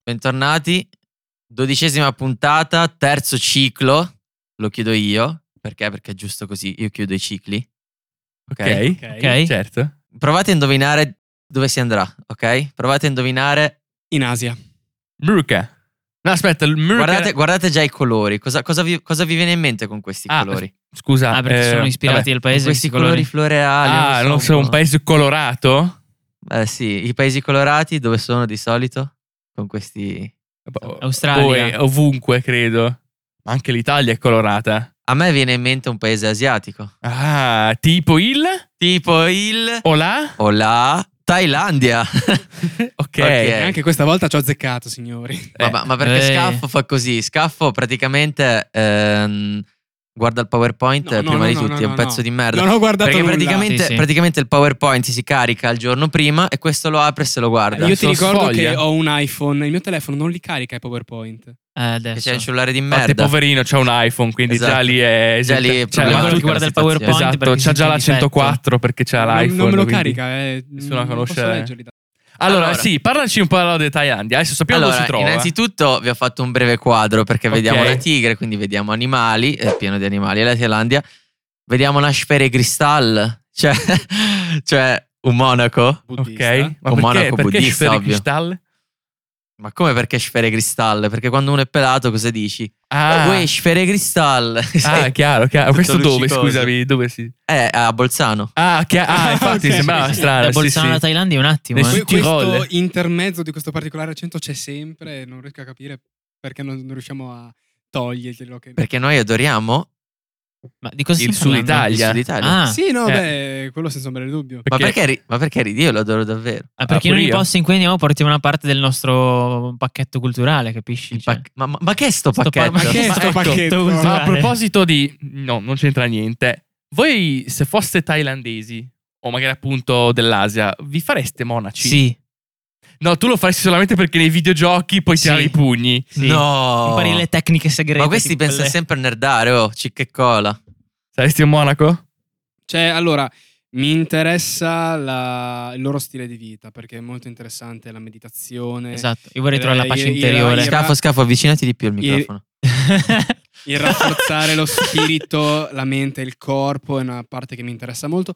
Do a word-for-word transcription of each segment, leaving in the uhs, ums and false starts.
bentornati. Dodicesima puntata, terzo ciclo. Lo chiudo io. Perché? Perché è giusto così. Io chiudo i cicli. Ok, Ok, okay. Certo. Provate a indovinare dove si andrà, ok? Provate a indovinare. In Asia. Murka. No, aspetta, il Murka... Guardate, guardate già i colori. Cosa, cosa, vi, cosa vi viene in mente con questi ah, colori? Scusa. Ah, perché eh, sono ispirati vabbè. al paese. Con questi colori, colori floreali. Ah, non so, un, un paese colorato? Eh sì, i paesi colorati dove sono di solito? Con questi... Australia. Poi, ovunque, credo. Ma anche l'Italia è colorata. A me viene in mente un paese asiatico. Ah, tipo il? Tipo il... O la? O la... Thailandia. Ok. Okay. Anche questa volta ci ho azzeccato, signori. Eh, ma, ma perché eh. Scaffo fa così? Scaffo praticamente ehm, guarda il PowerPoint No, no, prima no, di no, tutti, no, è un no, pezzo no. di merda. Non ho guardato Perché nulla. praticamente, Sì, sì. praticamente il PowerPoint si carica il giorno prima e questo lo apre e se lo guarda. Io ti sono ricordo sfoglia. che ho un iPhone, il mio telefono non li carica i PowerPoint. Eh, Che adesso. c'è un cellulare di Infatti, merda. poverino, c'ha un iPhone, quindi Esatto. già lì è... Già lì è cioè, Ma problematica quello che guarda la il situazione. PowerPoint Esatto, perché c'ha si già la sente centoquattro perché c'ha non, l'iPhone. non me lo quindi carica, eh. Nessuno non conosce. posso leggerli. Allora, Allora. sì, parlaci un po' di Thailandia. Adesso sappiamo Allora, dove si trova. innanzitutto vi ho fatto un breve quadro perché Ok. vediamo la tigre, quindi vediamo animali, è pieno di animali, è la Thailandia. Vediamo una sfera cristal, cioè, cioè un monaco. Buddista. Ok, ma Un perché, monaco perché buddista, sfere ovvio. cristal? Ma come perché sfere cristal? Perché quando uno è pelato cosa dici? Ah, Uè, sfere cristal. ah chiaro, chiaro. Tutto Questo dove, luccicoso. scusami, dove si... Eh, a Bolzano. Ah, chi- ah infatti Ok. sembrava strano. Da sì, Bolzano sì. alla Thailandia un attimo. Nel eh. sud- Que- questo Tirol. intermezzo di questo particolare accento c'è sempre e non riesco a capire perché non, non riusciamo a toglierglielo. Che... Perché noi adoriamo. Ma di cosa Il stiamo Sud parlando? Italia. Il Sud Italia. Ah, Sì, no, Eh. beh, quello senza ombra di dubbio. Ma Perché- perché, ri- ma perché ridi? Io lo adoro davvero. ah, perché in pure ogni io. posto in cui andiamo portiamo una parte del nostro pacchetto culturale, capisci? Il Cioè, pac- ma, ma- ma che è sto sto pacchetto? par- Ma che è Ma sto ecco, pacchetto? Ma a culturale. proposito di... No, non c'entra niente. Voi, se foste thailandesi, o magari appunto dell'Asia, vi fareste monaci? Sì, No, tu lo faresti solamente perché nei videogiochi puoi Sì. tirare i pugni. sì. No. Impari le tecniche segrete. Ma questi tipo pensano quelle- sempre a nerdare, oh, cicca e cola. Saresti un monaco? Cioè, allora, mi interessa la- il loro stile di vita perché è molto interessante la meditazione. Esatto, io vorrei Eh, trovare la pace i- i- interiore. i- Scafo, scafo, avvicinati di più al I- microfono. Il rafforzare lo spirito, la mente e il corpo è una parte che mi interessa molto.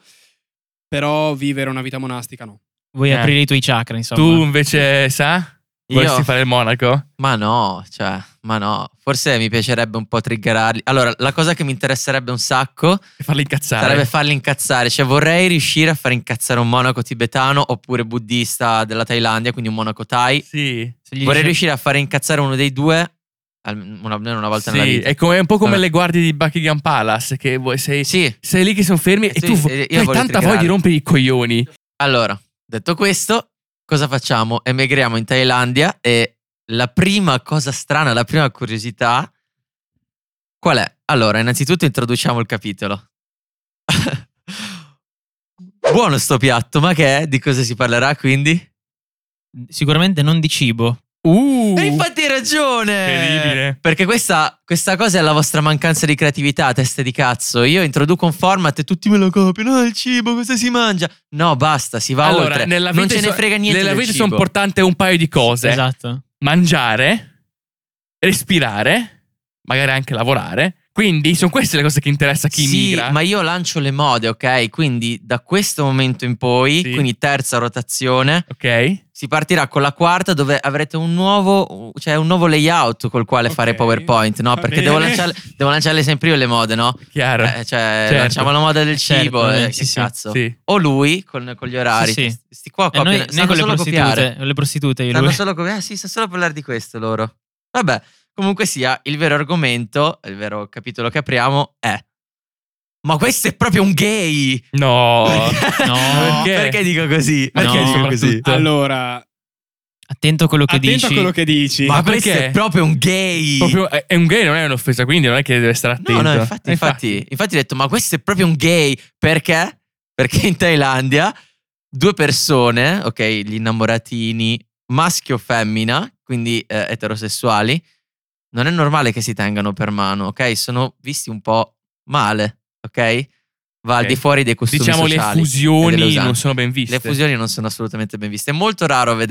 Però vivere una vita monastica no. Vuoi Eh. aprire i tuoi chakra, insomma. Tu invece, sa? Vorresti Io? fare il monaco? Ma no, cioè, ma no. Forse mi piacerebbe un po' triggerarli. Allora, la cosa che mi interesserebbe un sacco E farli incazzare? sarebbe farli incazzare. Cioè, vorrei riuscire a far incazzare un monaco tibetano oppure buddista della Thailandia, quindi un monaco thai. Sì. Se gli Vorrei dici- riuscire a fare incazzare uno dei due al- una- almeno una volta nella Sì, vita. è, come, è un po' come Vabbè. le guardie di Buckingham Palace, che vuoi- sei, Sì, sei lì che sono fermi e Sì, tu, eh, io tu hai voglio tanta triggerare. voglia di rompere i coglioni. allora, detto questo, cosa facciamo? Emigriamo in Thailandia e la prima cosa strana, la prima curiosità, qual è? Allora, innanzitutto introduciamo il capitolo. Buono sto piatto, ma che è? Di cosa si parlerà quindi? Sicuramente non di cibo. Uh, E infatti hai ragione! Incredibile. Perché questa, questa cosa è la vostra mancanza di creatività, teste di cazzo. Io introduco un format e tutti me lo copiano. No, il cibo, cosa si mangia? No, basta, si va allora, oltre. nella non vita ce ne so- frega niente Nella del vita cibo. sono importanti un paio di cose. Esatto. Mangiare, respirare, magari anche lavorare. Quindi sono queste le cose che interessa a chi sì, migra. ma io lancio le mode, ok? Quindi da questo momento in poi, Sì. quindi terza rotazione, Ok? si partirà con la quarta dove avrete un nuovo, cioè un nuovo layout col quale Ok, fare PowerPoint, no? va Perché devo, bene. lanciarle, devo lanciarle sempre io le mode, no? Chiaro. Eh, cioè, Certo. lanciamo la moda del Certo, cibo, eh, eh, sì, che sì. cazzo. Sì. O lui con, con gli orari. Sì, sì. Sti qua E copiano, noi, noi sanno con le solo copiare. prostitute, le prostitute io e Sanno lui. solo copiare. Ah, sì, sa solo parlare di questo loro. Vabbè, comunque sia, il vero argomento, il vero capitolo che apriamo è: ma questo è proprio un gay! No. No. Perché? Perché dico così? Perché No, dico così? soprattutto. Allora, Attento a quello che attento dici. a quello che dici. Ma, Ma questo perché? è proprio un gay! Proprio, è, è un gay, non è un'offesa, quindi non è che deve stare attento. No, no, infatti, Eh, infatti, infatti ho detto, ma questo è proprio un gay. Perché? Perché in Thailandia due persone, ok, gli innamoratini, maschio o femmina, quindi eh, eterosessuali, non è normale che si tengano per mano, ok? Sono visti un po' male, ok? Va al Ok. di fuori dei costumi Diciamo sociali le e delle fusioni usanze. non sono ben viste. Le fusioni non sono assolutamente ben viste. È molto raro vedere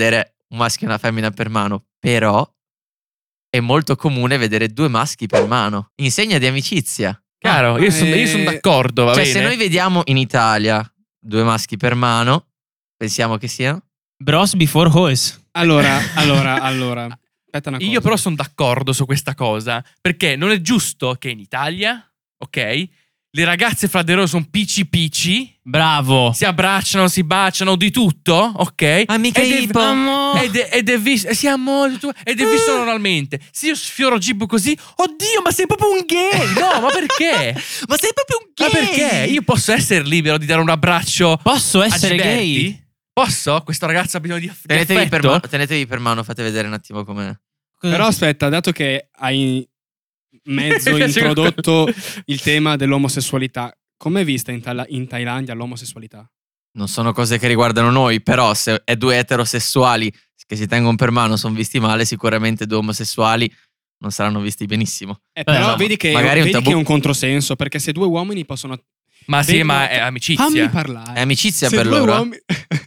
un maschio e una femmina per mano, però è molto comune vedere due maschi per mano, in segno di amicizia. Chiaro, io sono eh, son d'accordo, va Cioè, bene. se noi vediamo in Italia due maschi per mano, pensiamo che siano? Bros before hoes. Allora, allora, allora. Aspetta una cosa. Io però sono d'accordo su questa cosa, perché non è giusto che in Italia, ok, le ragazze fra di loro sono pici pici, Bravo. si abbracciano, si baciano, di tutto, ok? Amica ed è, Ipo. Amo. ed è, ed è visto, siamo, ed è visto normalmente. Se io sfioro Gibbo così, oddio, ma sei proprio un gay! No, ma perché? Ma sei proprio un Ma gay! perché? Io posso essere libero di dare un abbraccio Posso a essere Giberti? gay? Posso? Questo ragazzo ha bisogno di, di Tenetevi per, affetto? mano, tenetevi per mano, fate vedere un attimo com'è. Però aspetta, dato che hai mezzo introdotto il tema dell'omosessualità, com'è vista in, Tala- in Thailandia l'omosessualità? Non sono cose che riguardano noi, però se è due eterosessuali che si tengono per mano sono visti male, sicuramente due omosessuali non saranno visti benissimo. Eh, però no, vedi, che, magari è un vedi tabù. che è un controsenso, perché se due uomini possono... Ma sì, Vedi- ma è Fammi amicizia. parlare. È amicizia Se per due loro. uomini-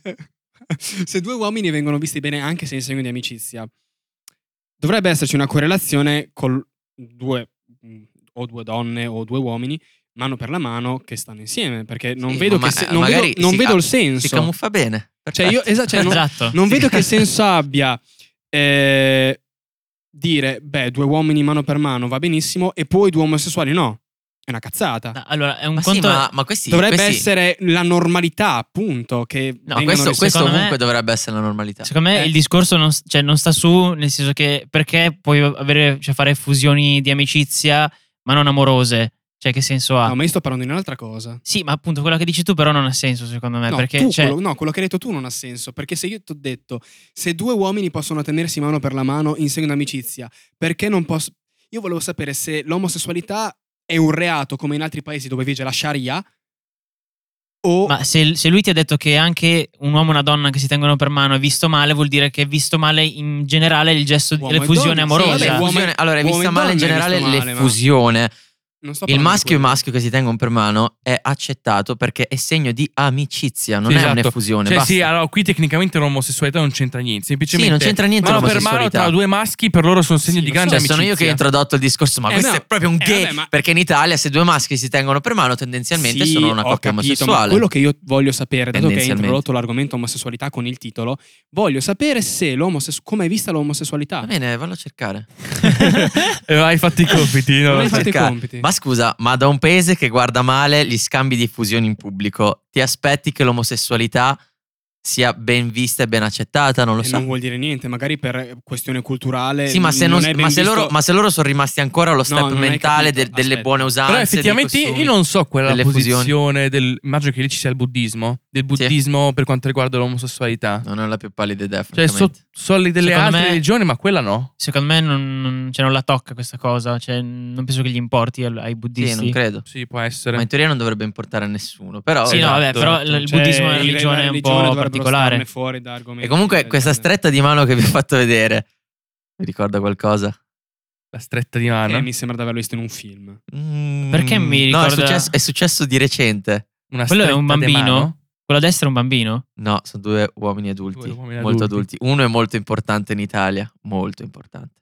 se due uomini vengono visti bene anche se in segno di amicizia, dovrebbe esserci una correlazione con due o due donne o due uomini mano per la mano che stanno insieme, perché non Sì, vedo, ma che se- ma- non magari vedo, non si- vedo ah, il Si senso. camuffa bene. Cioè, io, Perfetto. esa- cioè, non, Esatto. non vedo che senso abbia eh, dire, beh, due uomini mano per mano va benissimo e poi due omosessuali no. È una cazzata. No, allora, è un Ma sì, conto. ma, ma questi Dovrebbe questi- essere la normalità, appunto. Che No, vengono questo, ris- questo secondo comunque me- dovrebbe essere la normalità. Secondo me Eh. il discorso non, cioè, non sta su, nel senso che perché puoi avere, cioè, fare fusioni di amicizia, ma non amorose. Cioè, che senso ha? No, ma io sto parlando di un'altra cosa. Sì, ma appunto quello che dici tu, però, non ha senso, secondo me. No, perché tu, cioè, quello, no, quello che hai detto tu non ha senso. Perché se io ti ho detto, se due uomini possono tenersi mano per la mano in segno di amicizia, perché non posso... Io volevo sapere se l'omosessualità è un reato come in altri paesi dove vige la Sharia o... ma se, se lui ti ha detto che anche un uomo e una donna che si tengono per mano è visto male, vuol dire che è visto male in generale il gesto Uomo delle e fusioni donna, sì, amorose. vabbè, Le uomo- fusioni- allora, è uomo vista e male in donna è generale visto male, le ma- fusione. non sto Il parlando di maschio e quello. maschio che si tengono per mano è accettato perché è segno di amicizia, non Sì, è esatto. un'effusione. Cioè, basta. sì, allora qui tecnicamente l'omosessualità non c'entra niente. Semplicemente Sì, non c'entra niente mano per mano l'omosessualità. tra due maschi, per loro sono segno Sì, di lo grande Cioè, amicizia. sono io che ho introdotto il discorso, ma Eh, questo no. è proprio un Eh, gay. vabbè, ma- Perché in Italia, se due maschi si tengono per mano, tendenzialmente Sì, sono una ho coppia capito, omosessuale. ma quello che io voglio sapere, dato che hai Tendenzialmente. introdotto l'argomento omosessualità con il titolo, voglio sapere se l'omosessualità, come è vista l'omosessualità. Va bene, vallo a cercare. Eh, hai fatto i compiti, no? Non hai fatto i Cercare. compiti. Ma scusa, ma da un paese che guarda male gli scambi di fusioni in pubblico, ti aspetti che l'omosessualità sia ben vista e ben accettata? Non lo E so. non vuol dire niente, magari per questione culturale. Sì, ma se, non- è ben ma se visto- loro, ma se loro sono rimasti ancora allo step non hai mentale capito. de- delle Aspetta. buone usanze. Però dei effettivamente costumi. io non so qual è la delle fusioni. posizione del... Immagino che lì ci sia il buddismo. Del buddismo per quanto riguarda l'omosessualità. Non ho la più pallida idea, Cioè, so, francamente. so le delle Secondo altre me- religioni, ma quella no. Secondo me non, non- cioè, non la tocca questa cosa. Cioè, non penso che gli importi al- ai Sì, buddisti. non credo. Sì, può essere. Ma in teoria non dovrebbe importare a nessuno. Però Sì, no, Esatto, vabbè, però esatto. il Cioè, buddismo è una il- religione, la un religione po' dovrebbero particolare. starne fuori da argomenti E comunque del questa genere. stretta di mano che vi ho fatto vedere vi ricorda qualcosa? La stretta di mano. Eh, mi sembra di averlo visto in un film. Mm, Perché mi No, è ricorda- successo, è successo di recente. Una Quello è un stretta di bambino? mano. Quello a destra è un bambino? No, sono due uomini adulti. Due uomini molto adulti. adulti. Uno è molto importante in Italia. Molto importante.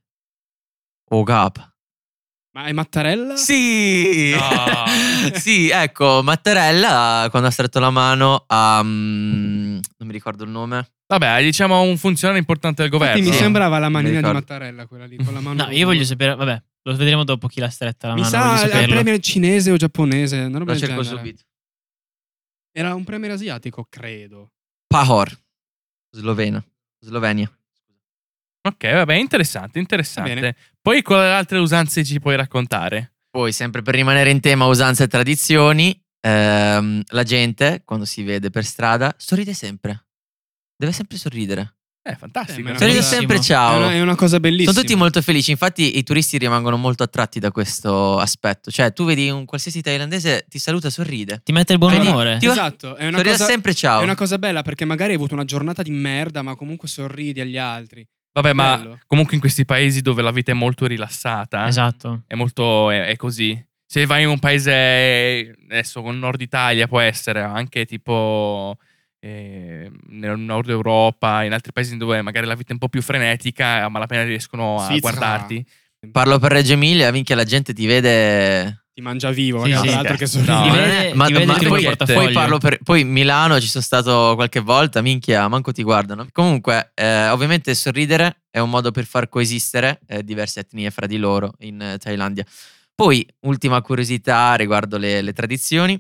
Ogap. Ma è Mattarella? Sì! No. Sì, ecco, Mattarella quando ha stretto la mano a... mm, non mi ricordo il nome. Vabbè, diciamo un funzionario importante del governo. Infatti mi Sì. sembrava la Mi manina di ricordo. Mattarella, quella lì, con la mano. No, io voglio sapere. Vabbè, lo vedremo dopo chi l'ha stretta la Mi mano. sa voglio il saperlo. premier cinese o giapponese, una roba Lo del cerco genere. subito. Era un premier asiatico, credo. Pahor. Sloveno. Slovenia. Ok, vabbè, interessante, Va interessante. bene. Poi quali altre usanze ci puoi raccontare? Poi, sempre per rimanere in tema usanze e tradizioni, ehm, la gente, quando si vede per strada, sorride sempre. Deve sempre sorridere. Eh, fantastico. Eh, ma è una Sorride cosa- sempre È ciao. una, è una cosa bellissima. Sono tutti molto felici, infatti i turisti rimangono molto attratti da questo aspetto. Cioè, tu vedi un qualsiasi thailandese, ti saluta, sorride. Ti mette il buon Vedi? umore. Ti va- Esatto, è una, Sorride cosa, sempre ciao. è una cosa bella perché magari hai avuto una giornata di merda, ma comunque sorridi agli altri. Vabbè, ma Bello. comunque in questi paesi dove la vita è molto rilassata, Esatto. è molto è, è così. Se vai in un paese adesso con Nord Italia può essere anche tipo eh, nel nord Europa, in altri paesi dove magari la vita è un po' più frenetica, a malapena riescono a Svizzera. guardarti. Parlo per Reggio Emilia, minchia, la gente ti vede. Ti mangia vivo, Sì, tra sì. l'altro che No, sorride. Ti non vede, è- ma- ti vede ma il tuo poi- portafoglio. Poi parlo per. Poi Milano ci sono stato qualche volta, minchia, manco ti guardano. Comunque, eh, ovviamente sorridere è un modo per far coesistere eh, diverse etnie fra di loro in eh, Thailandia. Poi, ultima curiosità riguardo le, le tradizioni: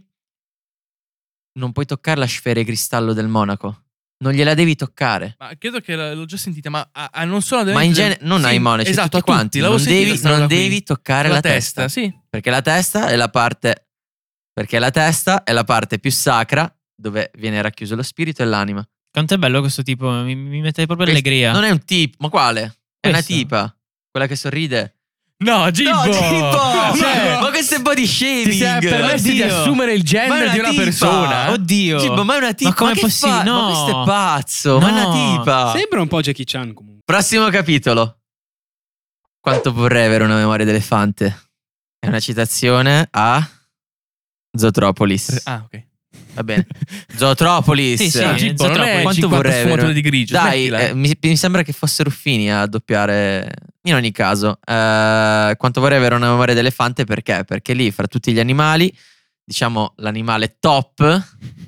non puoi toccare la sfera cristallo del Monaco. Non gliela devi toccare. Ma credo che l- l'ho già sentita, ma a, a non solo ad Ma in eventi genere, del- non sì, ai monaci, esatto, a a tutti quanti. l'avevo Non, sentita devi, sta non roba qui. devi toccare la, la testa. testa, sì. Perché la testa è la parte. Perché la testa è la parte più sacra dove viene racchiuso lo spirito e l'anima. Quanto è bello questo tipo, mi, mi mette proprio Questo allegria. Non è un tipo, ma quale? È una Questo? tipa. Quella che sorride. No, Gibbo! No, tipo! Cioè, ma questo è body shaming. ti sei permesso di Oddio. assumere il Ma è gender una di una tipa. persona? Oddio. Gibbo, ma è una tipa. Ma come che possibile? fa? No. Ma questo è pazzo. Ma è una No. tipa. Sembra un po' Jackie Chan comunque. Prossimo capitolo. Quanto vorrei avere una memoria d'elefante. È una citazione a Zootropolis. Ah, ok. Va bene. Zootropolis. Sì, sì. Ah, Gibbo, non è Quanto cinquanta vorrei sfumature avere- di grigio. Dai, smettila. eh, mi, mi sembra che fosse Ruffini a doppiare. In ogni caso, eh, quanto vorrei avere una memoria d'elefante, perché? Perché lì, fra tutti gli animali, diciamo l'animale top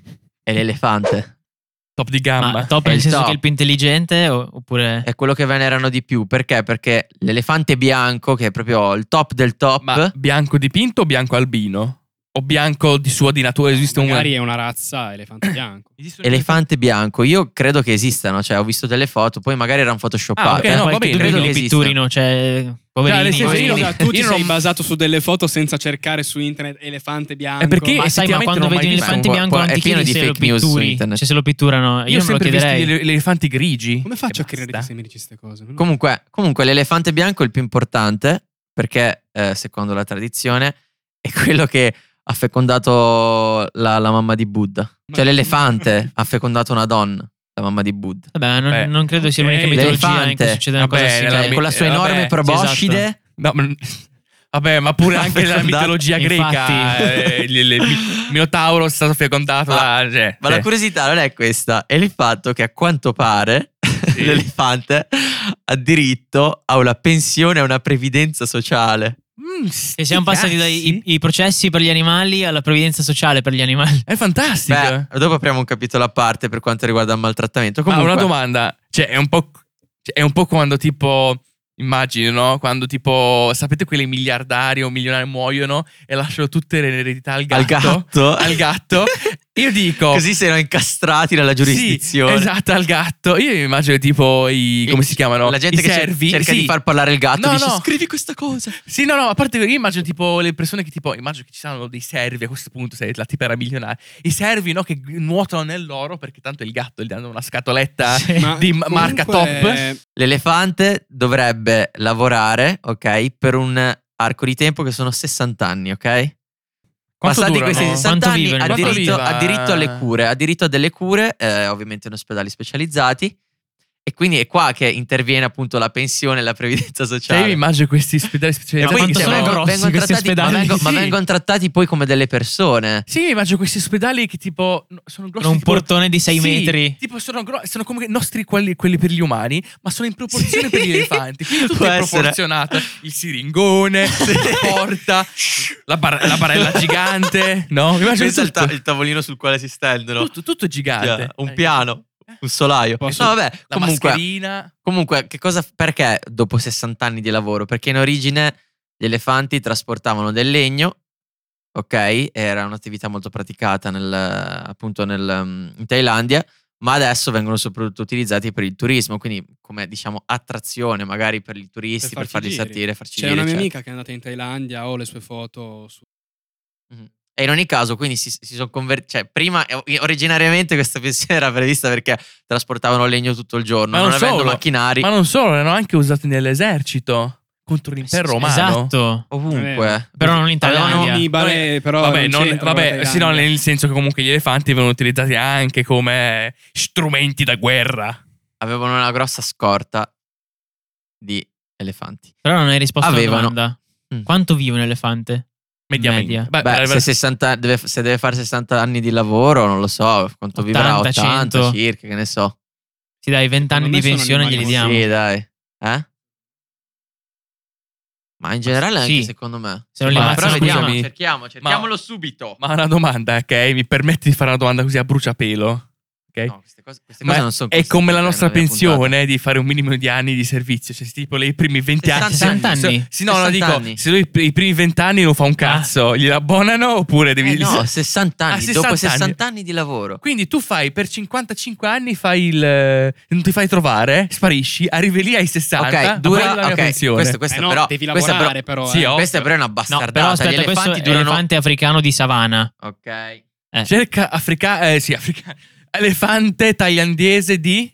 è l'elefante. Top di gamma. Ma top È nel il senso top. che è il più intelligente o- oppure... È quello che venerano di più. Perché? Perché l'elefante bianco, che è proprio il top del top. Ma bianco dipinto o bianco albino? O bianco di sua di natura? Esiste un Magari è una razza elefante bianco. Esiste un Elefante bianco, io credo che esistano, cioè ho visto delle foto, poi magari erano photoshoppate. Ah, ok, Eh, no, qualche va bene, dubbio credo che che li esistano. pitturino, cioè... Poverini. nel senso, poverini. io- Scusa, tu ti io sei non- basato su delle foto senza cercare su internet elefante bianco. È perché- Ma sai, ma effettivamente quando non ho vedi un mai visto. elefante Può- bianco può- non è ti pieno chiedi di se lo fake news su pitturi, internet. cioè se lo pitturano. Io, Io ho non me lo sempre visto chiederei. gli, gli elefanti grigi. Come faccio E a credere che basta. se mi dici queste cose? Non- Comunque, comunque l'elefante bianco è il più importante perché, eh, secondo la tradizione, è quello che ha fecondato la, la mamma di Buddha. Cioè l'elefante ha fecondato una donna, la mamma di Buddha. Vabbè, non, Beh, non credo sia ok. l'unica mitologia in cui L'elefante. succede una Vabbè, cosa simile. nella Cioè, mi- con la sua eh, enorme vabbè, proboscide. No, ma- vabbè, ma pure Ha anche nella fecondato- mitologia greca Infatti. eh, il, il- il Minotauro è stato fecondato Ma- da... Cioè, Ma cioè, la curiosità non è questa, è il fatto che a quanto pare Sì. l'elefante ha diritto a una pensione, a una previdenza sociale. mm, E sti siamo passati cazzi. dai i- i processi per gli animali alla previdenza sociale per gli animali. È fantastico. Beh, dopo apriamo un capitolo a parte per quanto riguarda il maltrattamento. Ma Comunque, una domanda, cioè è un po', cioè, è un po' quando tipo, immagino, no? Quando tipo, sapete quelle miliardari o milionari muoiono e lasciano tutte le eredità al gatto. al gatto. Al gatto. Io dico... Così siano incastrati nella giurisdizione. Sì, esatto, al gatto. Io immagino tipo i... come si chiamano? La gente I che cer- servi. cerca sì. di far parlare il gatto. No, dice no. scrivi questa cosa. Sì, no, no, a parte io immagino tipo le persone che tipo, immagino che ci saranno dei servi a questo punto, se la tipa era milionaria. I servi, no, che nuotano nell'oro perché tanto il gatto gli danno una scatoletta Sì. Ma di ma- marca comunque, top. L'elefante dovrebbe lavorare, ok, per un arco di tempo che sono sessanta anni, ok? Quanto Passati durano? questi sessanta Quanto anni vive ha un elefante? diritto, Quanto ha viva? diritto alle cure, ha diritto a delle cure, eh, ovviamente in ospedali specializzati. E quindi è qua che interviene appunto la pensione e la previdenza Cioè, io sociale. mi immagino questi ospedali E specializzati. poi quanto cioè, sono vengono, grossi vengono questi trattati, ma, ospedali? vengono, ma Sì. vengono trattati poi come delle persone. Sì, mi immagino questi ospedali che tipo no, sono grossi. Con un tipo- portone di sei sì, metri. Tipo sono, gro- sono come i nostri quelli, quelli per gli umani, ma sono in proporzione per gli elefanti. Quindi tutto Può è essere. proporzionato. Il siringone, la porta, la, bar- la barella gigante. No, mi immagino Pensa al tutto. ta- il tavolino sul quale si stendono. tutto, tutto gigante. Cioè, un Eh, piano, un solaio. Posso- No, vabbè, La comunque, mascherina. comunque, che cosa, perché dopo sessanta anni di lavoro? Perché in origine gli elefanti trasportavano del legno, ok? Era un'attività molto praticata nel, appunto nel, um, in Thailandia, ma adesso vengono soprattutto utilizzati per il turismo, quindi come diciamo attrazione magari per i turisti, per, farci farli giri. salire, farci C'è giri, una mia eccetera. amica che è andata in Thailandia, ho le sue foto su... Mhm. E in ogni caso, quindi si, si sono convertiti. Cioè, prima, eh, originariamente, questa pensione era prevista perché trasportavano legno tutto il giorno, Ma non, non avendo solo, macchinari. Ma non solo, erano anche usati nell'esercito contro l'impero romano. Esatto. Ovunque. Però non in Avevano- Thailandia. Cannibale, però Vabbè, non non- c'entra con la vabbè sì, no, Thailandia. nel senso che comunque gli elefanti vengono utilizzati anche come strumenti da guerra. Avevano una grossa scorta di elefanti. Però non hai risposto Avevano. alla domanda. Mm. Quanto vive un elefante? Mediamente. Media. Beh, Beh, per- se, sessanta deve, se deve fare sessanta anni di lavoro, non lo so quanto vivrà, ottanta, ottanta cento. circa, che ne so. Sì, dai, vent'anni Secondo di me sono pensione animali glieli diamo. molto- Sì, dai. Eh? Ma in generale anche sì. secondo me. Se non Sì, li ma ammazzano, però vediamo, scusami. cerchiamo, cerchiamolo subito. Ma una domanda, ok? Mi permetti di fare una domanda così a bruciapelo? Ok? No, queste cose, queste Ma cose non sono è come la consentite nostra nella mia puntata. pensione di fare un minimo di anni di servizio. Cioè, tipo i primi venti anni. sessanta anni. Se- Sì, no, no, sessanta dico, anni. se lui i primi venti anni non fa un cazzo, gliela abbonano oppure devi... Eh no, sessanta anni, Ah, dopo sessanta anni. sessanta anni di lavoro. Quindi tu fai per cinquantacinque anni, fai il... non ti fai trovare, sparisci, arrivi lì ai sessanta, Ok, dura, abboni la mia ok, pensione. questo, questo Eh no, però, devi questa lavorare però, però. Sì, eh. oh. questa però è una No, bastardata. però aspetta, Gli questo elefanti è durano... elefante africano di savana. Ok. Eh. Cerca africano... Eh sì, africano. Elefante thailandese di...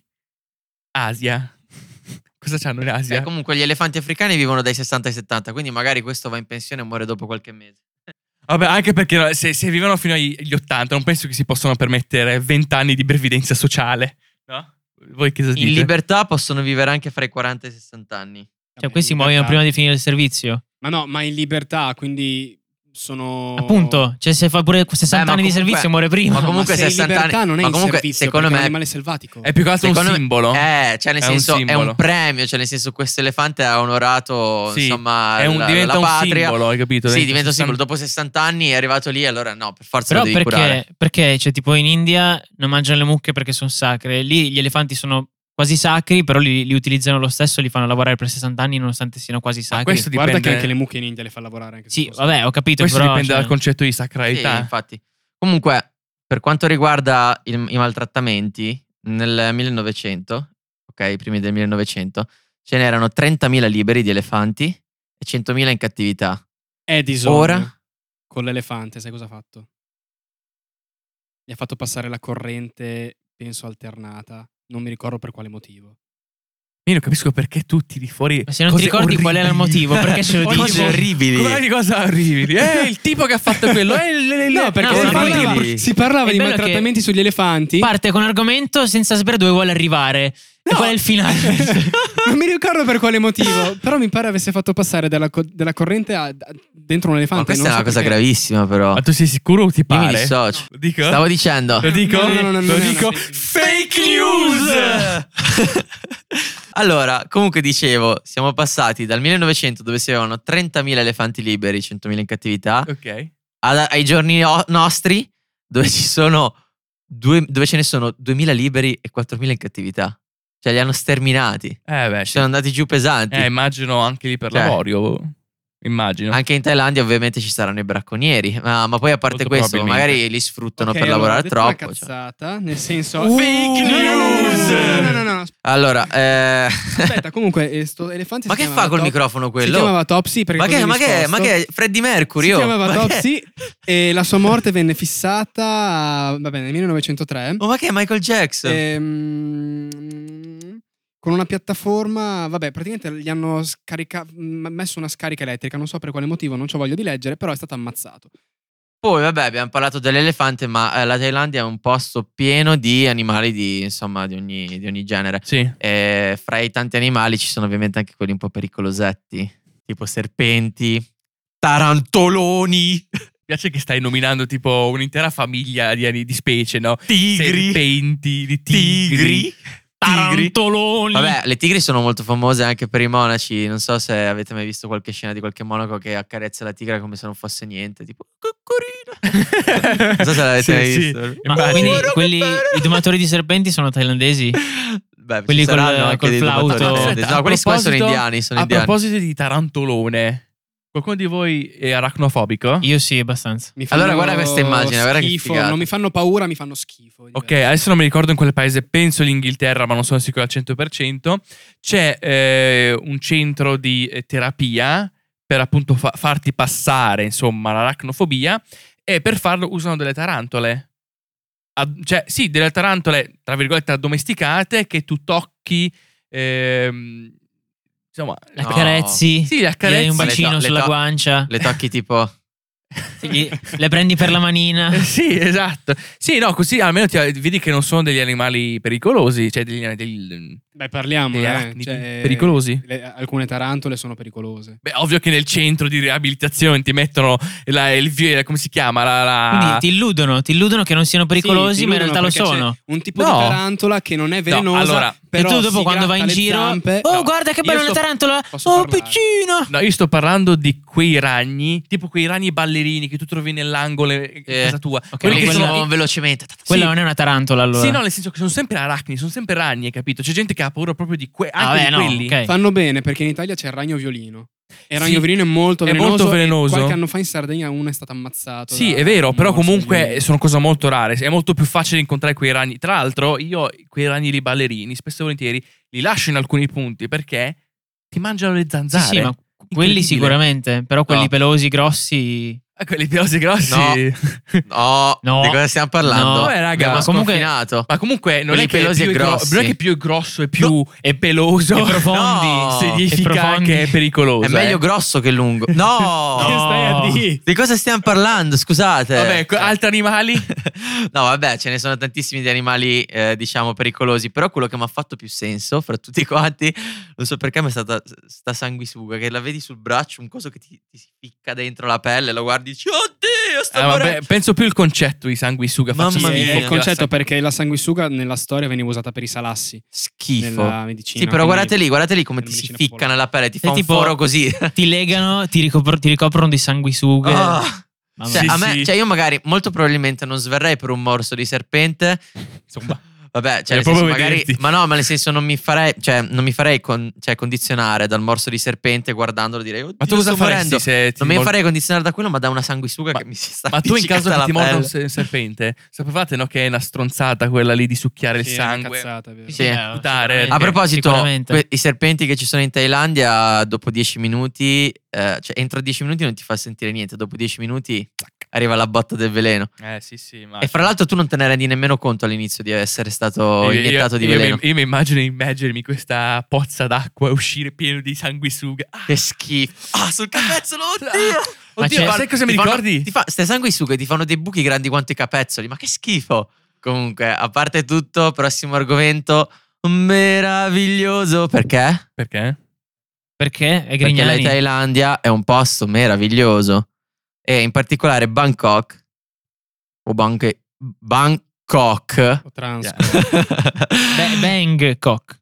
Asia. Cosa c'hanno in Asia? Eh, comunque gli elefanti africani vivono dai sessanta ai settanta, quindi magari questo va in pensione e muore dopo qualche mese. Vabbè, anche perché no, se, se vivono fino agli ottanta, non penso che si possano permettere venti anni di previdenza sociale. No? Voi che cosa dite? In libertà possono vivere anche fra i quaranta e i sessanta anni. Cioè, Vabbè, questi in muoiono libertà. prima di finire il servizio. Ma no, ma in libertà, quindi sono... Appunto, cioè se fa pure sessanta Beh, ma anni di comunque- servizio muore prima. ma comunque se in sessanta libertà anni- non è ma in comunque, servizio, secondo perché è me- un animale selvatico. È più che altro un Secondo me- simbolo. Eh, cioè nel È un senso è simbolo. un premio, cioè nel senso questo elefante ha onorato Sì, insomma è un- la, diventa la un patria. simbolo, hai capito? Sì, Diventa diventa un simbolo. sessanta Dopo sessanta anni è arrivato lì, allora no, per forza Però lo devi curare. perché, perché, cioè, tipo in India non mangiano le mucche perché sono sacre. Lì gli elefanti sono quasi sacri, però li, li utilizzano lo stesso, li fanno lavorare per sessanta anni nonostante siano quasi sacri. questo Guarda dipende- che anche le mucche in India le fa lavorare. Anche se Sì, fosse- vabbè, ho capito, Questo però... dipende cioè, dal concetto di Sì, sacralità. infatti. Comunque, per quanto riguarda il- i maltrattamenti, nel millenovecento, ok, i primi del millenovecento, ce n'erano trentamila liberi di elefanti e centomila in cattività. Edison Ora? con l'elefante, sai cosa ha fatto? Gli ha fatto passare la corrente, penso alternata. Non mi ricordo per quale motivo. Io non capisco perché tutti di fuori. Ma se non ti cose ricordi qual era il orribili. motivo, perché ce lo Ogni dici? volta- orribili. Come di cose orribili? Eh, il tipo che ha fatto quello. Eh, le- le- No, le- perché no, si, ma parlava, orribili. si parlava È di bello maltrattamenti sugli elefanti. Parte con un argomento senza sapere dove vuole arrivare. E No. qual è il finale? Non mi ricordo per quale motivo, però mi pare avesse fatto passare della, co- della corrente a- a- dentro un Ma elefante. questa non è una so cosa perché. gravissima, però. Ma tu sei sicuro o ti Io mi pare? dissocio. Lo dico? Stavo dicendo. Lo dico? No, no, no, no, Lo non è dico? una fake Fake news! Allora, comunque dicevo, siamo passati dal millenovecento dove si avevano trentamila elefanti liberi, centomila in cattività, Ok. ad- ai giorni no- nostri dove ci sono due- dove ce ne sono duemila liberi e quattromila in cattività. Cioè li hanno sterminati. Eh beh, Ci sì. sono andati giù pesanti. Eh, immagino anche lì per Cioè. lavorio. Immagino. Anche in Thailandia ovviamente ci saranno i bracconieri, ma, ma poi a parte Molto questo, probabilmente. magari li sfruttano Ok, per allora, ho lavorare detto troppo. Una cioè. cazzata, nel senso. Uh, Fake news! No, no, no, no, no. Allora, eh... Aspetta, comunque, eh, sto elefante ma si che chiamava fa col Top- microfono Si quello? chiamava Topsy perché Ma che, così ma che, risposto. ma che Freddie Mercury? Si oh? chiamava Ma che- Topsy e la sua morte venne fissata a- vabbè, nel millenovecentotre. Oh, ma che è Michael Jackson? Ehm, con una piattaforma, vabbè, praticamente gli hanno scarica- m- messo una scarica elettrica, non so per quale motivo, non c'ho voglia di leggere, però è stato ammazzato. Poi, vabbè, abbiamo parlato dell'elefante, ma eh, la Thailandia è un posto pieno di animali di, insomma, di ogni, di ogni genere. Sì. E fra i tanti animali ci sono ovviamente anche quelli un po' pericolosetti, tipo serpenti, tarantoloni, Mi piace che stai nominando tipo un'intera famiglia di, di specie, no? tigri, Serpenti, di tigri. tigri. Tarantoloni. Vabbè, le tigri sono molto famose anche per i monaci. Non so se avete mai visto qualche scena di qualche monaco che accarezza la tigre come se non fosse niente, tipo coccorina. Non so se l'avete Sì, mai sì. visto. Ma Immagino. quindi Giuro che quelli, bello. i domatori di serpenti sono thailandesi? Beh, Quelli ci col- saranno anche col dei flauto. domatori Aspetta, thailandesi. a No, quelli qua sono proposito- indiani, sono A indiani. proposito di tarantolone, qualcuno di voi è aracnofobico? Io sì, abbastanza. Mi Allora, fanno guarda questa immagine, guarda che schifo, figata. non mi fanno paura, mi fanno schifo. Ok, adesso non mi ricordo in quale paese, penso l'Inghilterra, ma non sono sicuro al cento per cento. C'è eh, un centro di eh, terapia per appunto fa- farti passare, insomma, l'aracnofobia, e per farlo usano delle tarantole. Ad- cioè, sì, delle tarantole, tra virgolette, addomesticate che tu tocchi, ehm, insomma, La No. accarezzi? sì, Gli le dai accarezzi. un bacino Le to- le sulla to- guancia. Le tocchi tipo Gli- le prendi per la manina. Eh, sì, esatto. Sì, no, così almeno ti, vedi che non sono degli animali pericolosi, cioè degli, degli, Beh, parliamo, degli eh. arachnidi Cioè, pericolosi. le- alcune tarantole sono pericolose. Beh, ovvio che nel centro di riabilitazione ti mettono la, il vie- come si chiama? La, la... Quindi ti illudono, ti illudono che non siano pericolosi, Sì, ti ma in realtà lo illudono perché sono. c'è un tipo No. di tarantola che non è velenosa, allora, però e tu dopo si quando vai in gratta le giro, zampe. oh No, guarda che io bella sto- una tarantola, posso oh parlare. piccina. No, io sto parlando di quei ragni, tipo quei ragni ballerini che tu trovi nell'angolo in Eh, casa tua. ok, Quelli Quelli che che quella- sono sono velocemente. Quella sì. non è una tarantola allora. Sì, no, nel senso che sono sempre arachnidi, sono sempre ragni, hai capito? C'è gente che ha paura proprio di, que- Ah, anche beh, di no, quelli. ok. Fanno bene perché in Italia c'è il ragno violino. E il Sì, ragno violino è molto è velenoso. molto e velenoso. qualche anno fa in Sardegna uno è stato ammazzato. Sì, da è vero, un però morso di comunque violino. sono cose molto rare. È molto più facile incontrare quei ragni. Tra l'altro, io quei ragni lì ballerini, spesso e volentieri, li lascio in alcuni punti perché ti mangiano le Sì, zanzare. sì, ma quelli Incredibile. sicuramente, però quelli No. pelosi grossi. Eh, quelli pelosi grossi. No. No, No. di cosa stiamo parlando? No. Eh, raga, Abbiamo comunque- sconfinato. Ma comunque non Quelli è che è pelosi più e è gro- grossi. non è che più è grosso e più è peloso. E profondi. No. significa E profondi. che è pericoloso. È meglio eh. grosso che lungo. No! Che stai a dire? Di cosa stiamo parlando? Scusate. Vabbè, co- altri animali? No, vabbè, ce ne sono tantissimi di animali, eh, diciamo, pericolosi. Però quello che mi ha fatto più senso fra tutti quanti, non so perché, ma è stata sta sanguisuga. Che la vedi sul braccio, un coso che ti, ti si ficca dentro la pelle, lo guardi e dici, oddio, sta Eh, vabbè, morendo. penso più il concetto di sanguisuga. Mamma faccia Sì, mia. è schifo. il concetto perché la sanguisuga nella storia veniva usata per i salassi. Schifo. Nella medicina. Sì, però quindi- guardate lì, guardate lì come nella ti si medicina ficca popolare. nella pelle, ti È fa un tipo- foro così. Ti legano, ti, ricopro- ti ricoprono di sanguisughe. Ah. Mamma Cioè, Sì, a me, sì. cioè, io magari molto probabilmente non sverrei per un morso di serpente. Insomma, Vabbè, cioè, Voglio nel proprio senso, magari, vederti. ma no, ma nel senso non mi farei, cioè, non mi farei con- cioè, condizionare dal morso di serpente guardandolo e dire, oddio, ma tu cosa sto faresti morendo. se ti Non mi mord- farei condizionare da quello, ma da una sanguisuga Ma- che mi si sta Ma tu in caso appiccicata che ti alla morda un pelle. se- serpente, sapevate no che è una stronzata quella lì di succhiare il Sì, è una sangue? cazzata, è vero. Sì. eh, Puttare. sicuramente, A proposito, sicuramente. que- i serpenti che ci sono in Thailandia, dopo dieci minuti, eh, cioè entro dieci minuti non ti fa sentire niente, dopo dieci minuti arriva la botta del veleno. Eh sì sì, ma E fra l'altro tu non te ne rendi nemmeno conto all'inizio di essere stato Io- io- iniettato di io veleno. mi- Io mi immagino immaginami questa pozza d'acqua uscire pieno di sanguisuga. Ah, Che schifo. Ah, sul capezzolo, oddio. Ma oddio, c'è- ma sai cosa mi Ti fanno- ricordi? Ti fa, ste sanguisughe ti fanno dei buchi grandi quanto i capezzoli, ma che schifo. Comunque, a parte tutto, prossimo argomento meraviglioso. Perché? Perché? Perché? È Perché la Grignani. Thailandia è un posto meraviglioso. E in particolare Bangkok o Banche- Bangkok. O trans. Ba- Bangkok.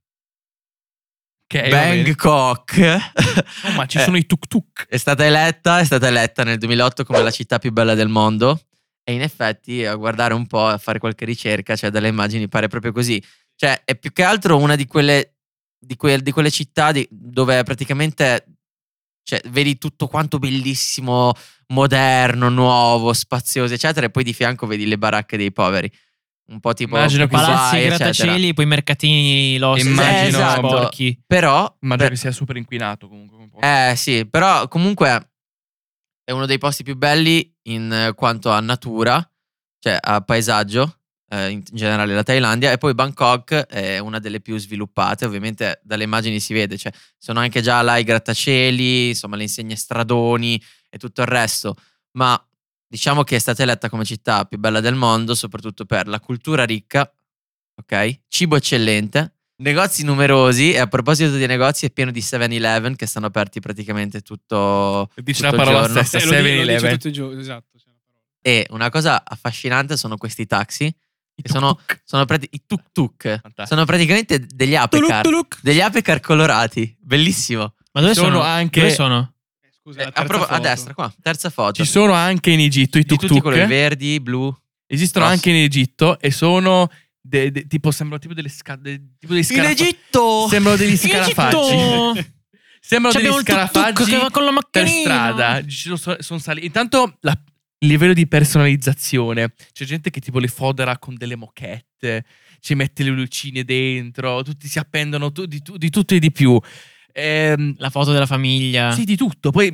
Che va bene. Bangkok. Oh, ma ci Eh, sono i tuk tuk. È stata eletta, è stata eletta nel duemilaotto come la città più bella del mondo. E in effetti, a guardare un po', a fare qualche ricerca, cioè dalle immagini pare proprio così. Cioè, è più che altro una di quelle, di que- di quelle città di- dove praticamente, cioè, vedi tutto quanto bellissimo, moderno, nuovo, spazioso, eccetera. E poi di fianco vedi le baracche dei poveri. Un po' tipo Immagino che Dubai, Palazzi, eccetera. grattacieli, poi mercatini lost, Immagino- Esatto. sporchi. Però, Immagino per- che sia super inquinato comunque. Un po'. Eh sì, però comunque è uno dei posti più belli in eh, quanto a natura, cioè a paesaggio, eh, in generale la Thailandia, e poi Bangkok è una delle più sviluppate, ovviamente dalle immagini si vede, cioè sono anche già là i grattacieli, insomma le insegne stradoni e tutto il resto, ma diciamo che è stata eletta come città più bella del mondo, soprattutto per la cultura ricca, ok? Cibo eccellente. Negozi numerosi, e a proposito di negozi è pieno di seven eleven che stanno aperti praticamente tutto, Dice tutto la il parola giorno. stessa, Eh, lo di- lo dice seven eleven. tutto il giorno, esatto. c'è la parola. E una cosa affascinante sono questi taxi, I che sono, tuk-tuk. sono prati- i tuk tuk, Fantastico. sono praticamente degli apecar, degli apecar colorati, bellissimo. Ma dove Sono sono? anche- Dove sono? Eh, Scusa, Eh, la a, terza prov- a foto. destra qua, terza foto. Ci sono anche in Egitto i di tutti i tuk colori, tuk. verdi, blu. Esistono Rossi. anche in Egitto e sono de- de- tipo sembrano tipo delle sca- de- tipo dei scarafa- Egitto! Sembrano degli In scarafaggi. Egitto! Sembrano C'abbiamo degli il tuk-tuk scarafaggi che va con la per macchinina. strada. Ci sono, sono sali- Intanto la- il livello di personalizzazione. C'è gente che tipo le fodera con delle moquette, ci mette le lucine dentro, tutti si appendono tu- di, tu- di tutto e di più. Ehm, La foto della famiglia. Sì, di tutto. Poi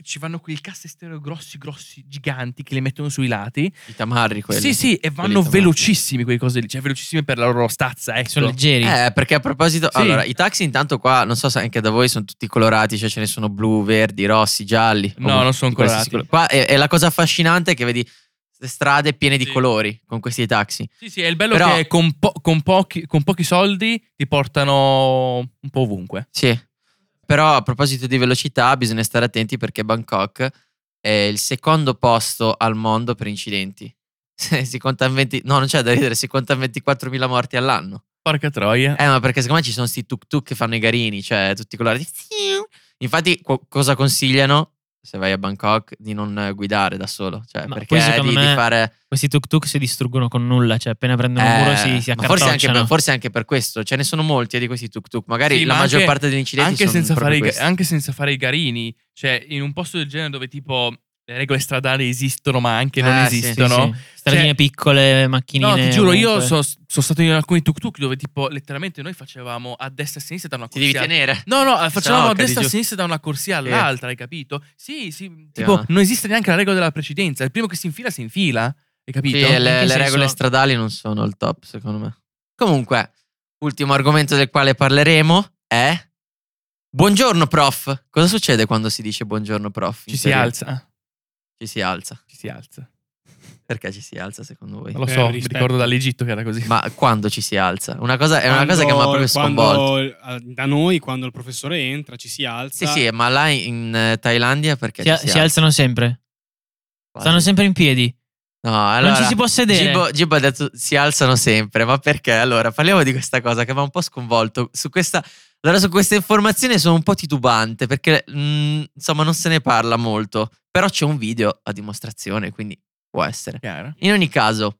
ci vanno quei cassi stereo grossi, grossi, giganti che li mettono sui lati. I tamarri quelli. Sì, sì, e vanno tamarri. velocissimi quei cose lì, cioè velocissimi per la loro stazza, ecco. Sono leggeri. Eh, perché a proposito, Sì. allora, i taxi intanto qua, non so se anche da voi sono tutti colorati, cioè ce ne sono blu, verdi, rossi, gialli. No, non sono di qualsiasi colorati. colore. Qua è, è la cosa affascinante che vedi queste strade piene di Sì. colori con questi taxi. Sì, sì, è il bello Però- che con, po- con pochi, con pochi soldi ti portano un po' ovunque. Sì. Però a proposito di velocità bisogna stare attenti perché Bangkok è il secondo posto al mondo per incidenti. Si conta in venti no, non c'è da ridere, si conta in ventiquattromila morti all'anno. Porca troia. Eh, ma perché secondo me ci sono sti tuk tuk che fanno i garini, cioè tutti colorati. Infatti, co- cosa consigliano se vai a Bangkok? Di non guidare da solo, cioè Ma perché poi secondo di, me di fare. Questi tuk tuk si distruggono con nulla, cioè appena prendono un Eh, muro si, si ma forse anche, per, accartocciano. forse anche per questo, ce ne sono molti eh, di questi tuk tuk. Magari Sì, la ma maggior anche- parte degli incidenti Anche sono senza, fare proprio i, questi. anche senza fare i garini, cioè in un posto del genere dove tipo le regole stradali esistono ma anche non Eh, sì, Sì, esistono. sì. Stradine Cioè- piccole, macchinine. No, ti giuro, io ovunque. so- sono stato in alcuni tuk tuk dove tipo letteralmente noi facevamo a destra e a sinistra da una Ti devi corsia. tenere. No, no, facevamo no, a cadi destra e a giù. sinistra da una corsia Sì. all'altra, hai capito? Sì, sì, tipo no. non esiste neanche la regola della precedenza. Il primo che si infila si infila, hai capito? Sì, In che le, le senso? regole stradali non sono il top, secondo me. Comunque, ultimo argomento del quale parleremo è buongiorno prof. Cosa succede quando si dice buongiorno prof? Ci in si teoria? alza. Ci si alza. Ci si alza. Perché ci si alza secondo voi? Non lo Per so, mi rispetto. ricordo dall'Egitto che era così. Ma quando ci si alza? Una cosa, è una cosa che mi ha proprio sconvolto. Quando, da noi, quando il professore entra, ci si alza. Sì, sì, ma là in eh, Thailandia perché Si, ci si, si alzano sempre. Quasi. Stanno sempre in piedi. No, allora, non ci si può sedere. Gibbo, Gibbo ha detto si alzano sempre, ma perché? Allora, parliamo di questa cosa che mi ha un po' sconvolto. Su questa, allora, su questa informazione sono un po' titubante perché mh, insomma non se ne parla molto. Però c'è un video a dimostrazione, quindi può essere. Chiaro? In ogni caso,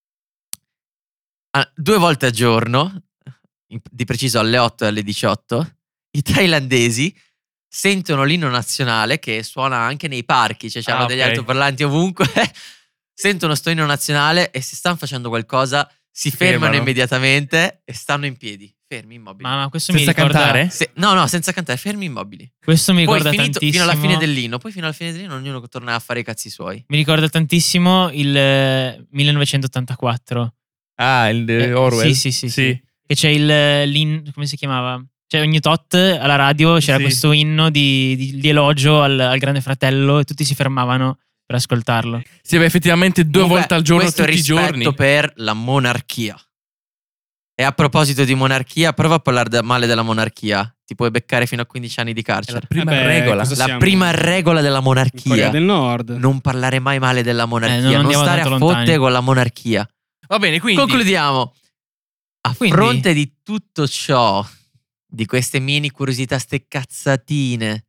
a- due volte a giorno, in- di preciso alle otto e alle diciotto, i thailandesi sentono l'inno nazionale che suona anche nei parchi, cioè c'hanno Ah, degli ok. altoparlanti ovunque, sentono sto inno nazionale e se stanno facendo qualcosa si, Si fermano, fermano. immediatamente e stanno in piedi, fermi, immobili. Ma, ma questo Senza mi ricorda, cantare? Se- no, no, senza cantare, fermi, immobili. Questo mi Poi ricorda finito, tantissimo. fino alla fine dell'inno, poi fino alla fine dell'inno ognuno torna a fare i cazzi suoi. Mi ricorda tantissimo il eh, millenovecentottantaquattro. Ah, il Eh, eh, Orwell. Sì, sì, sì, sì. Che c'è il eh, l'in- come si chiamava? Cioè ogni tot alla radio c'era Sì. questo inno di, di- di elogio al, al grande fratello e tutti si fermavano per ascoltarlo. Sì, beh, effettivamente due Comunque, volte al giorno questo tutti i rispetto giorni. per la monarchia. E a proposito di monarchia, prova a parlare da- male della monarchia. Ti puoi beccare fino a quindici anni di È la carcere. prima Vabbè, regola. cosa La siamo? prima regola della In Corea monarchia. del Nord. Non parlare mai male della Eh, monarchia. non non andiamo stare a tanto fotte lontani. con la monarchia. Va bene, quindi Concludiamo. A Quindi- fronte di tutto ciò, di queste mini curiosità, ste cazzatine,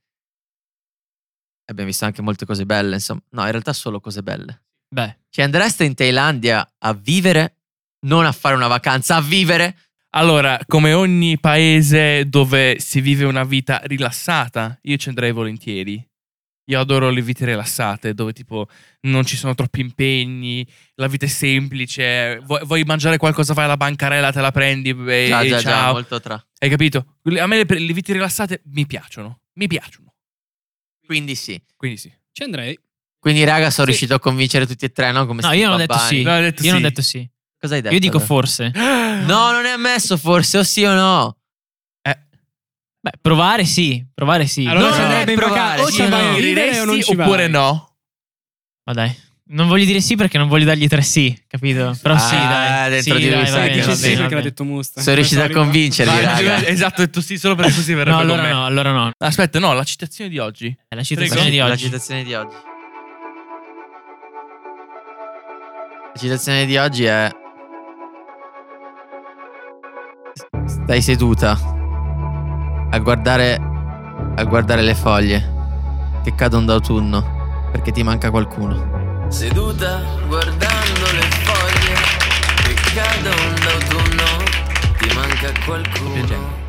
abbiamo visto anche molte cose belle, insomma. No, in realtà solo cose belle. Beh, Ci andreste in Thailandia a vivere, non a fare una vacanza, a vivere? allora, come ogni paese dove si vive una vita rilassata, io ci andrei volentieri. Io adoro le vite rilassate, dove tipo non ci sono troppi impegni, la vita è semplice, vuoi, vuoi mangiare qualcosa, vai alla bancarella, te la prendi e, Già, e già, già, ciao. molto tra. Hai capito? A me le, le vite rilassate mi piacciono, mi piacciono. Quindi sì. Quindi sì. Ci andrei. Quindi raga, sono Sì. riuscito a convincere tutti e tre, no? Come no, sti io non ho detto babbani. sì. No, ho detto io non sì. ho detto sì. Cosa hai detto? Io dico allora? forse. No, non è ammesso forse, o sì o no. Eh, Beh, provare sì, provare sì. Allora No, ci no, andrebbe in provare, vacanza. O sì ci o vai no? a vivere o non ci vai. oppure no? Ma dai, non voglio dire sì perché non voglio dargli tre sì, capito? Però sì, Ah, dai. dentro sì, di lui dai, sai va che bene, Dice va sì, sì bene, perché va l'ha detto Musta. Sono riuscito a convincervi, Vai, raga. esatto, ho detto sì solo perché così verrebbe No, con allora me. no, allora no. Aspetta, no, la citazione di oggi. È la citazione di La oggi. citazione di oggi. La citazione di oggi è: stai seduta a guardare a guardare le foglie che cadono d'autunno perché ti manca qualcuno. Seduta guardando le foglie che cadono d'autunno, ti manca qualcuno.